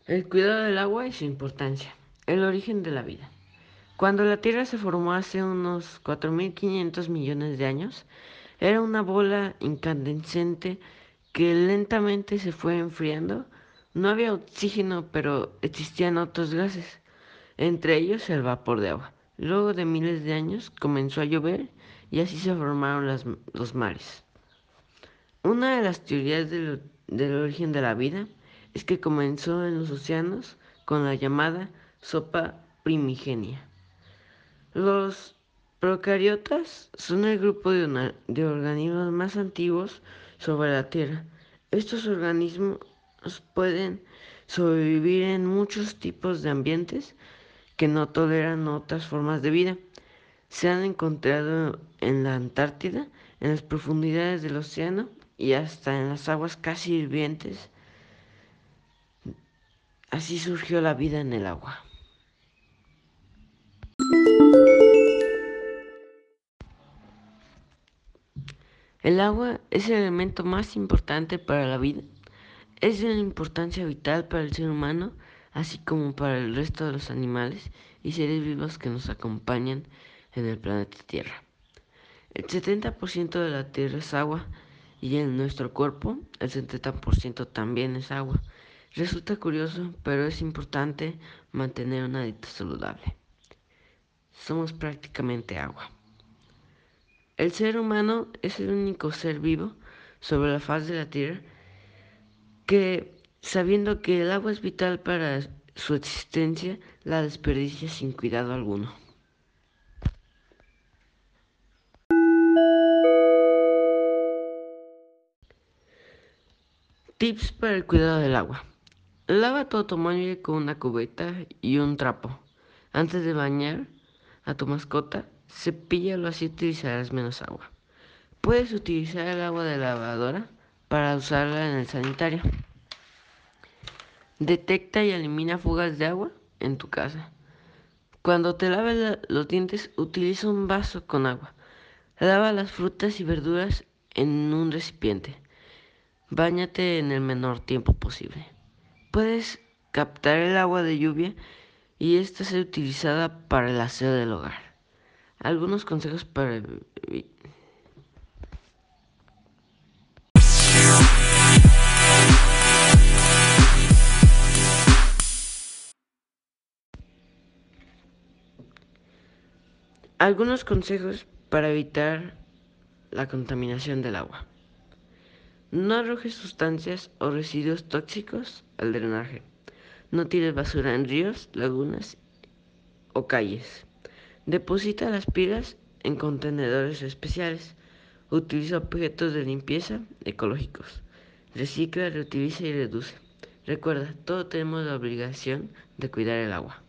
El cuidado del agua y su importancia. El origen de la vida. Cuando la Tierra se formó hace unos 4.500 millones de años, era una bola incandescente que lentamente se fue enfriando. No había oxígeno, pero existían otros gases, entre ellos el vapor de agua. Luego de miles de años comenzó a llover y así se formaron los mares. Una de las teorías del origen de la vida es que comenzó en los océanos con la llamada sopa primigenia. Los procariotas son el grupo de organismos más antiguos sobre la Tierra. Estos organismos pueden sobrevivir en muchos tipos de ambientes que no toleran otras formas de vida. Se han encontrado en la Antártida, en las profundidades del océano y hasta en las aguas casi hirvientes. Así surgió la vida en el agua. El agua es el elemento más importante para la vida. Es de una importancia vital para el ser humano, así como para el resto de los animales y seres vivos que nos acompañan en el planeta Tierra. El 70% de la Tierra es agua y en nuestro cuerpo el 70% también es agua. Resulta curioso, pero es importante mantener una dieta saludable. Somos prácticamente agua. El ser humano es el único ser vivo sobre la faz de la Tierra que, sabiendo que el agua es vital para su existencia, la desperdicia sin cuidado alguno. Tips para el cuidado del agua. Lava tu automóvil con una cubeta y un trapo. Antes de bañar a tu mascota, cepíllalo, así utilizarás menos agua. Puedes utilizar el agua de lavadora para usarla en el sanitario. Detecta y elimina fugas de agua en tu casa. Cuando te laves los dientes, utiliza un vaso con agua. Lava las frutas y verduras en un recipiente. Báñate en el menor tiempo posible. Puedes captar el agua de lluvia y esta ser utilizada para el aseo del hogar. Algunos consejos para evitar la contaminación del agua. No arrojes sustancias o residuos tóxicos al drenaje. No tires basura en ríos, lagunas o calles. Deposita las pilas en contenedores especiales. Utiliza objetos de limpieza ecológicos. Recicla, reutiliza y reduce. Recuerda, todos tenemos la obligación de cuidar el agua.